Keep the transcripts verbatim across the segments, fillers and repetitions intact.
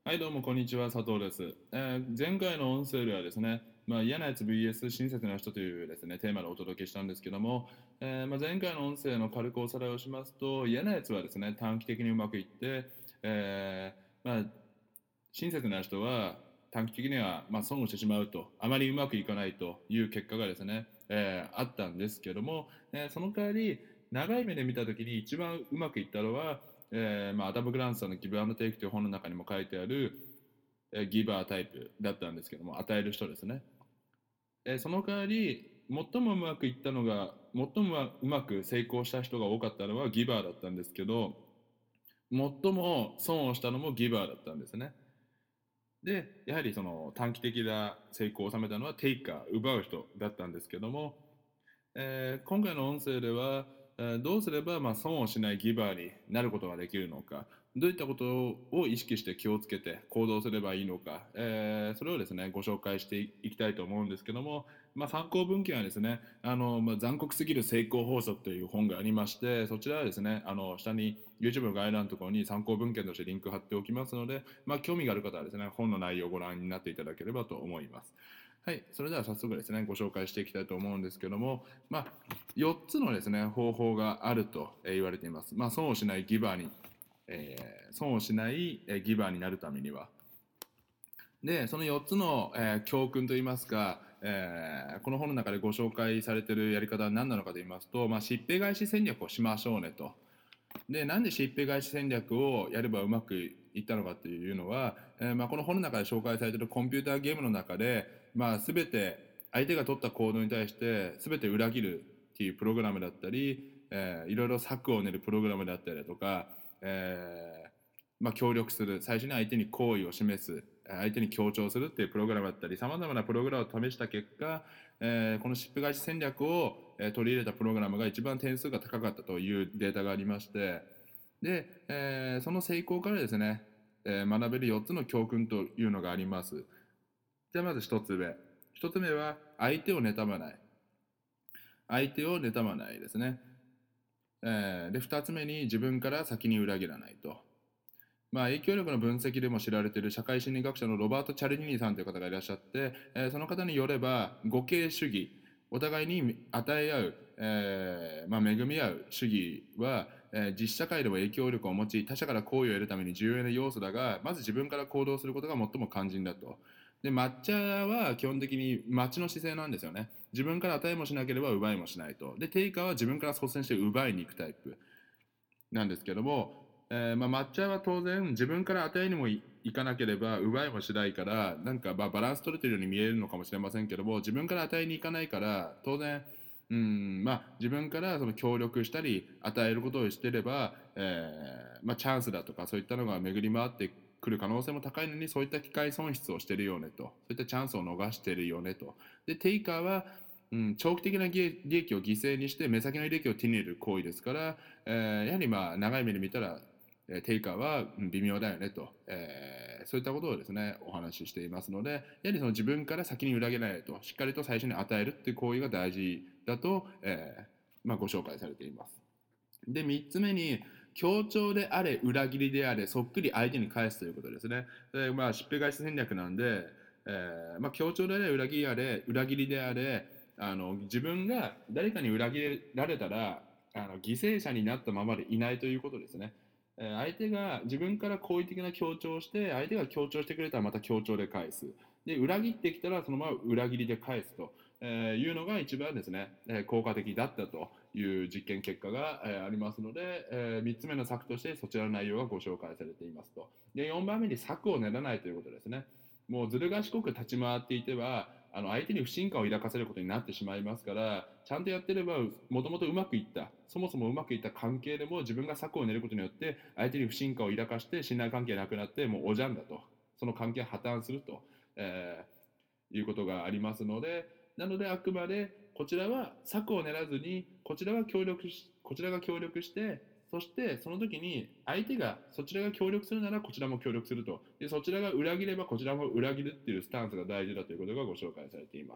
はい、どうもこんにちは、佐藤です。えー前回の音声ではですね、まあ、嫌なやつ ブイエス 親切な人というですね、テーマでお届けしたんですけども、えーまあ、前回の音声の軽くおさらいをしますと、嫌なやつはですね、短期的にうまくいって、えーまあ、親切な人は短期的にはまあ損をしてしまうと、あまりうまくいかないという結果がですね、えーあったんですけども、えーその代わり、長い目で見たときに一番うまくいったのは、えーまあ、アダム・グラントさんのギブアンドテイクという本の中にも書いてある、えーギバータイプだったんですけども、与える人ですね。えーその代わり、最もうまくいったのが、最もうまく成功した人が多かったのはギバーだったんですけど、最も損をしたのもギバーだったんですね。で、やはりその短期的な成功を収めたのはテイカー、奪う人だったんですけども、えー今回の音声では、えーどうすればまあ損をしないギバーになることができるのか、どういったことを意識して気をつけて行動すればいいのか、えーそれをですね、ご紹介していきたいと思うんですけども、まあ、参考文献はですね、あの、まあ、残酷すぎる成功法則という本がありまして、そちらはですね、あの、下に YouTube の概要欄のところに参考文献としてリンク貼っておきますので、まあ、興味がある方はですね、本の内容をご覧になっていただければと思います。はい、それでは早速ですね、ご紹介していきたいと思うんですけども、まあ、よっつのですね、方法があると言われています。まあ、損をしないギバーに、えー損をしないギバーになるためには。で、そのよっつの、えー教訓といいますか、えーこの本の中でご紹介されているやり方は何なのかと言いますと、まあ、しっぺ返し戦略をしましょうねと。で、なんでしっぺ返し戦略をやればうまくいったのかっていうのは、えーまあ、この本の中で紹介されているコンピューターゲームの中で、まあ、全て相手が取った行動に対して全て裏切るっていうプログラムだったり、えーいろいろ策を練るプログラムだったりだとか、えーまあ、協力する、最初に相手に好意を示す、相手に強調するっていうプログラムだったり、さまざまなプログラムを試した結果、えーこのしっぺ返し戦略を、えー取り入れたプログラムが一番点数が高かったというデータがありまして、で、えーその成功からですね、えー学べるよっつの教訓というのがあります。じゃあまずひとつめ。ひとつめは相手を妬まない。相手を妬まないですね。えーで、ふたつめに自分から先に裏切らないと。まあ、影響力の分析でも知られている社会心理学者のロバート・チャルニーニさんという方がいらっしゃって、えーその方によれば互恵主義、お互いに与え合う、えーまあ、恵み合う主義は、えー実社会でも影響力を持ち他者から好意を得るために重要な要素だが、まず自分から行動することが最も肝心だと。で、抹茶は基本的に待ちの姿勢なんですよね。自分から与えもしなければ奪いもしないと。で、テイカーは自分から率先して奪いに行くタイプなんですけども、えーまあ、抹茶は当然自分から与えにもいいかなければ奪いもしないから、なんかまあバランス取れてるように見えるのかもしれませんけども、自分から与えに行かないから当然、うんまあ、自分からその協力したり与えることをしてれば、えーまあ、チャンスだとかそういったのが巡り回ってくる可能性も高いのに、そういった機会損失をしてるよねと、そういったチャンスを逃してるよねと。でテイカーはうん、長期的な利益を犠牲にして目先の利益を手に入れる行為ですから、えーやはりまあ長い目で見たら、えーテイカーはうん微妙だよねと、えーそういったことをですねお話ししていますので、やはりその自分から先に裏切らないと、しっかりと最初に与えるっていう行為が大事だと、えーまあ、ご紹介されています。でみっつめに、協調であれ裏切りであれそっくり相手に返すということですね。でまあしっぺ返し戦略なんで、えーまあ、協調であれ裏切りあれ裏切りであれ、あの自分が誰かに裏切られたらあの犠牲者になったままでいないということですね。えー相手が自分から好意的な強調をして相手が強調してくれたらまた強調で返す。で裏切ってきたらそのまま裏切りで返すと、えーいうのが一番ですね、えー効果的だったという実験結果が、えーありますので、えーみっつめの策としてそちらの内容がご紹介されていますと。でよんばんめに策を練らないということですね。もうずる賢く立ち回っていてはあの相手に不信感を抱かせることになってしまいますから、ちゃんとやってればもともとうまくいったそもそもうまくいった関係でも自分が策を練ることによって相手に不信感を抱かして信頼関係なくなってもうおじゃんだと、その関係は破綻すると、えーいうことがありますので、なのであくまでこちらは策を練らずにこちらは協力しこちらが協力して、そしてその時に相手がそちらが協力するならこちらも協力すると、でそちらが裏切ればこちらも裏切るっていうスタンスが大事だということがご紹介されています。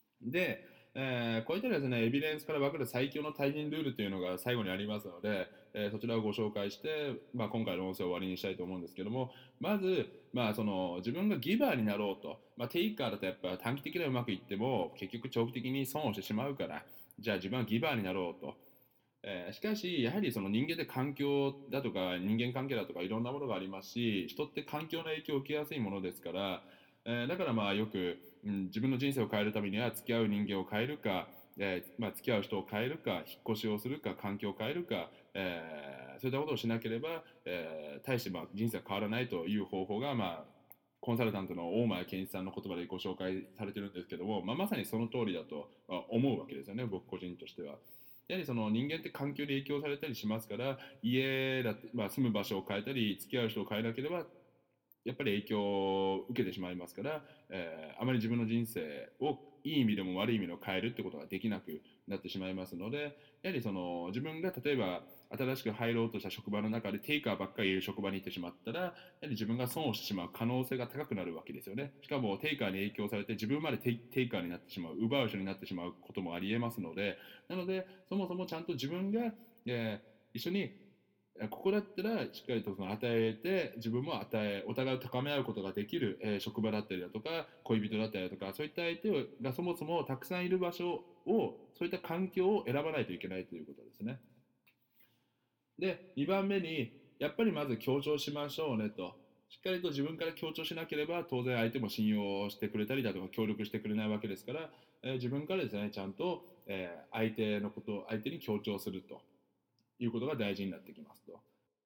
で、えーこういったですねエビデンスから分かる最強の対人ルールというのが最後にありますので、 えーそちらをご紹介して、まあ、今回の音声を終わりにしたいと思うんですけども、まず、まあ、その自分がギバーになろうと、まあ、テイカーだとやっぱ短期的にはうまくいっても結局長期的に損をしてしまうから、じゃあ自分はギバーになろうと。えーしかし、やはりその人間って環境だとか人間関係だとかいろんなものがありますし、人って環境の影響を受けやすいものですから、えーだからまあよく、うん、自分の人生を変えるためには付き合う人間を変えるか、えーまあ、付き合う人を変えるか、引っ越しをするか、環境を変えるか、えーそういったことをしなければ、えー大してまあ人生は変わらないという方法が、まあ、コンサルタントの大前健一さんの言葉でご紹介されてるんですけども、まあ、まさにその通りだと思うわけですよね、僕個人としては。やはりその人間って環境で影響されたりしますから、家だ、まあ、住む場所を変えたり、付き合う人を変えなければ、やっぱり影響を受けてしまいますから、えーあまり自分の人生をいい意味でも悪い意味でも変えるってことができなくなってしまいますので、やはりその自分が例えば新しく入ろうとした職場の中でテイカーばっかりいる職場に行ってしまったら、やはり自分が損をしてしまう可能性が高くなるわけですよね。しかもテイカーに影響されて自分までテイテイカーになってしまう、奪う人になってしまうこともありえますので、なのでそもそもちゃんと自分が、えー一緒にここだったらしっかりとその与えて自分も与えお互いを高め合うことができる、えー職場だったりだとか恋人だったりだとかそういった相手がそもそもたくさんいる場所をそういった環境を選ばないといけないということですね。でにばんめにやっぱりまず強調しましょうねと。しっかりと自分から強調しなければ当然相手も信用してくれたりだとか協力してくれないわけですから、えー自分からですねちゃんと、えー相手のこと相手に強調するということが大事になってきますと。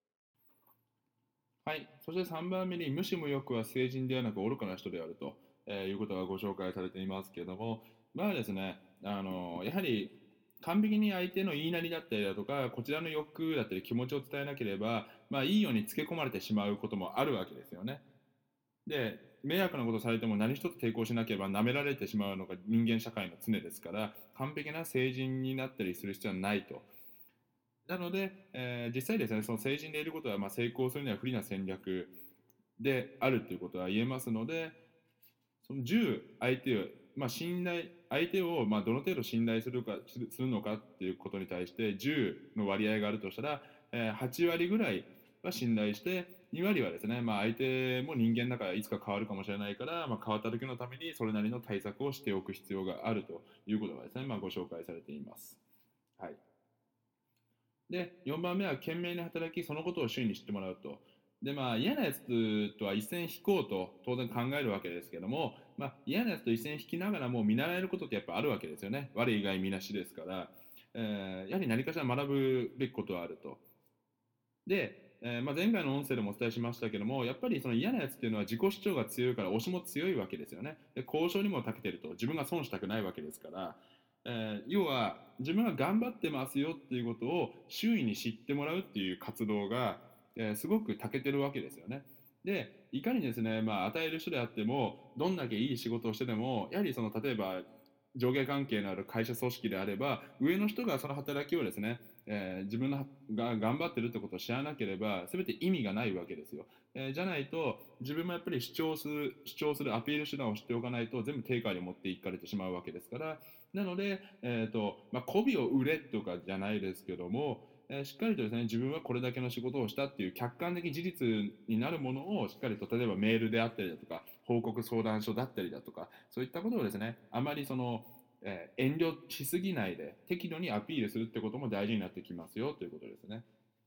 はい。そしてさんばんめに、無視無欲は成人ではなく愚かな人であると、えーいうことがご紹介されていますけれども、まあですね、あのやはり完璧に相手の言いなりだったりだとか、こちらの欲だったり気持ちを伝えなければ、まあいいようにつけ込まれてしまうこともあるわけですよね。で、迷惑なことされても何一つ抵抗しなければ舐められてしまうのが人間社会の常ですから、完璧な成人になったりする必要はないと。なので、えー実際ですね、その成人でいることは、まあ、成功するには不利な戦略であるということは言えますので、そのじゅう相手を、まあ、信頼、相手をまあどの程度信頼するかするするのかっていうことに対してじゅうの割合があるとしたら、えーはち割ぐらいは信頼してに割はですね、まあ、相手も人間だからいつか変わるかもしれないから、まあ、変わった時のためにそれなりの対策をしておく必要があるということがですね、まあ、ご紹介されています。はい。で、よんばんめは懸命に働き、そのことを周囲に知ってもらうと。で、まあ、嫌なやつとは一線引こうと当然考えるわけですけども、まあ、嫌なやつと一線引きながらも見習えることってやっぱあるわけですよね。悪い以外見なしですから、えーやはり何かしら学ぶべきことはあると。で、えーまあ、前回の音声でもお伝えしましたけども、やっぱりその嫌なやつっていうのは自己主張が強いから推しも強いわけですよね。で、交渉にも長けてると。自分が損したくないわけですから、えー要は自分が頑張ってますよっていうことを周囲に知ってもらうっていう活動が、えーすごく長けてるわけですよね。で、いかにですね、まあ、与える人であっても、どんだけいい仕事をしてでも、やはりその例えば上下関係のある会社組織であれば、上の人がその働きをですね、えー自分が頑張ってるってことを知らなければ全て意味がないわけですよ、えーじゃないと自分もやっぱり主張する主張するアピール手段を知っておかないと全部定価に持っていかれてしまうわけですから、なので、えーとまあ、媚びを売れとかじゃないですけども、えーしっかりとですね自分はこれだけの仕事をしたっていう客観的事実になるものをしっかりと例えばメールであったりだとか報告相談書だったりだとかそういったことをですねあまりそのえー遠慮しすぎないで適度にアピールするってことも大事になってきますよということですね。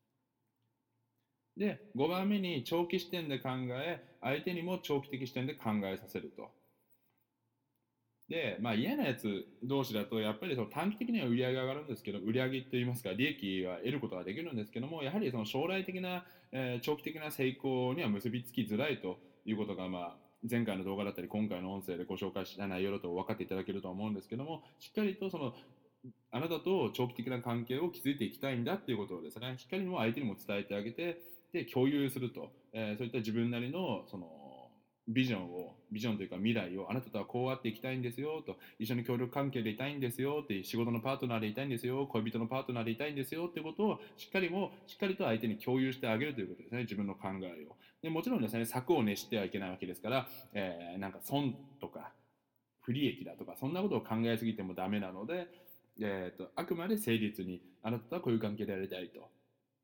で、ごばんめに長期視点で考え、相手にも長期的視点で考えさせると。で、まあ、嫌なやつ同士だと、やっぱりその短期的には売り上げが上がるんですけど、売り上げといいますか、利益は得ることができるんですけども、やはりその将来的な、えー長期的な成功には結びつきづらいということが、まあ、前回の動画だったり、今回の音声でご紹介した内容だと分かっていただけると思うんですけども、しっかりとそのあなたと長期的な関係を築いていきたいんだっていうことをですね、しっかりも相手にも伝えてあげて、で、共有すると、えーそういった自分なりの、その、ビジョンを、ビジョンというか未来を、あなたとはこうあっていきたいんですよと、一緒に協力関係でいたいんですよって、仕事のパートナーでいたいんですよ、恋人のパートナーでいたいんですよっていうことを、しっかりも、しっかりと相手に共有してあげるということですね、自分の考えを。でもちろんですね、策を熱してはいけないわけですから、えーなんか損とか、不利益だとか、そんなことを考えすぎてもダメなので、えーと、あくまで誠実に、あなたとはこういう関係でやりたいと。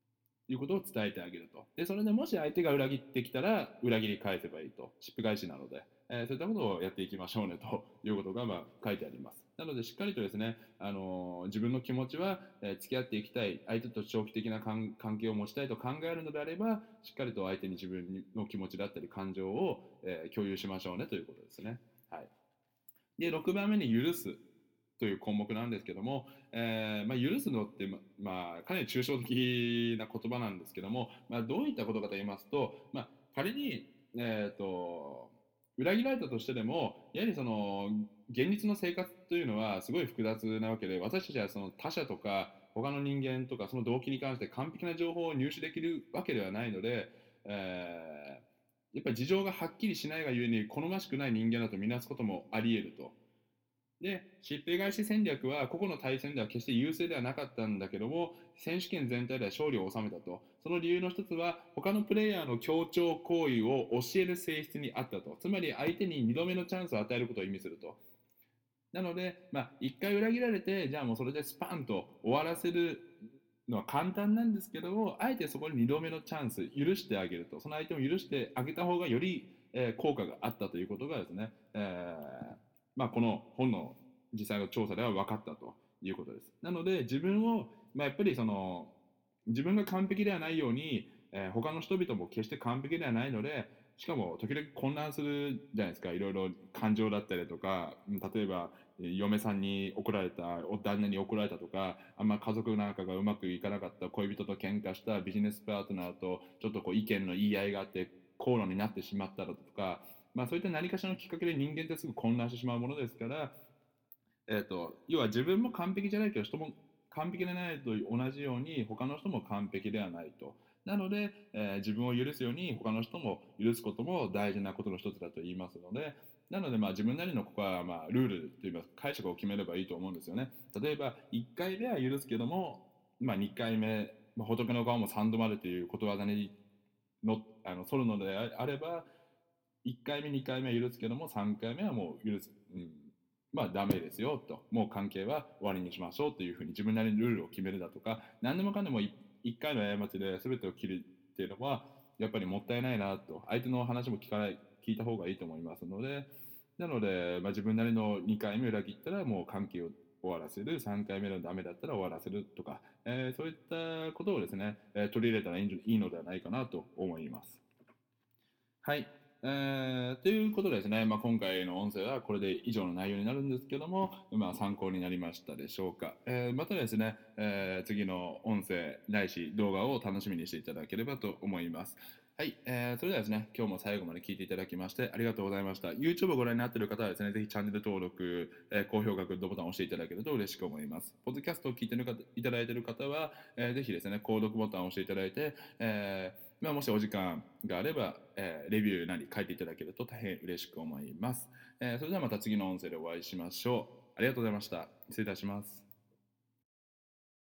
いうことを伝えてあげると。で、それでもし相手が裏切ってきたら、裏切り返せばいいと。しっぺ返しなので、えーそういったことをやっていきましょうねということが、まあ、書いてあります。なので、しっかりとですね、あのー自分の気持ちは、えー付き合っていきたい、相手と長期的な関関係を持ちたいと考えるのであれば、しっかりと相手に自分の気持ちだったり感情を、えー共有しましょうねということですね。はい。で、ろくばんめに許すという項目なんですけども、えーまあ、許すのって、ままあ、かなり抽象的な言葉なんですけども、まあ、どういったことかと言いますと、まあ、仮に、えーと、裏切られたとしてでも、やはりその現実の生活というのはすごい複雑なわけで、私たちはその他者とか他の人間とかその動機に関して完璧な情報を入手できるわけではないので、えーやっぱり事情がはっきりしないがゆえに好ましくない人間だとみなすこともあり得ると。で、しっぺ返し戦略は個々の対戦では決して優勢ではなかったんだけども、選手権全体では勝利を収めたと。その理由の一つは、他のプレイヤーの協調行為を教える性質にあったと。つまり相手ににどめのチャンスを与えることを意味すると。なので、まあ、いっかい裏切られて、じゃあもうそれでスパンと終わらせるのは簡単なんですけども、あえてそこににどめのチャンス、許してあげると。その相手も許してあげた方がより、えー効果があったということがですね、えーまあ、この本の実際の調査では分かったということです。なので、自分を、まあ、やっぱりその、自分が完璧ではないように、えー他の人々も決して完璧ではないので、しかも時々混乱するじゃないですか。いろいろ感情だったりとか、例えば嫁さんに怒られた、旦那に怒られたとか、あんま家族なんかがうまくいかなかった、恋人と喧嘩した、ビジネスパートナーとちょっとこう意見の言い合いがあって口論になってしまっただとか、まあ、そういった何かしらのきっかけで人間ってすぐ混乱してしまうものですから、えーと、要は自分も完璧じゃないけど人も完璧でないと同じように他の人も完璧ではないと。なので、えー自分を許すように他の人も許すことも大事なことの一つだと言いますので、なのでまあ自分なりのここはまあルールといいますか解釈を決めればいいと思うんですよね。例えばいっかいめは許すけども、まあ、にかいめ、まあ、仏の顔も三度までということわざにのあの沿るのであれば、いっかいめにかいめは許すけどもさんかいめはもう許す、うん、まあダメですよと、もう関係は終わりにしましょうというふうに自分なりにルールを決めるだとか、何でもかんでもいっかいの過ちで全てを切るっていうのはやっぱりもったいないなと、相手の話も聞かない聞いた方がいいと思いますので、なので、まあ、自分なりのにかいめ裏切ったらもう関係を終わらせる、さんかいめのダメだったら終わらせるとか、えーそういったことをですね、えー取り入れたらいいいいのではないかなと思います。はい。えー、ということでですね、まあ、今回の音声はこれで以上の内容になるんですけども、まあ、参考になりましたでしょうか。えーまたですね、えー次の音声ないし動画を楽しみにしていただければと思います。はい、えーそれではですね、今日も最後まで聞いていただきましてありがとうございました。YouTube をご覧になっている方はですね、ぜひチャンネル登録、えー高評価、グッドボタンを押していただけると嬉しく思います。ポッドキャストを聞いていただいている方は、えーぜひですね、購読ボタンを押していただいて、えーまあ、もしお時間があれば、えーレビューなり書いていただけると大変嬉しく思います。えーそれではまた次の音声でお会いしましょう。ありがとうございました。失礼いたします。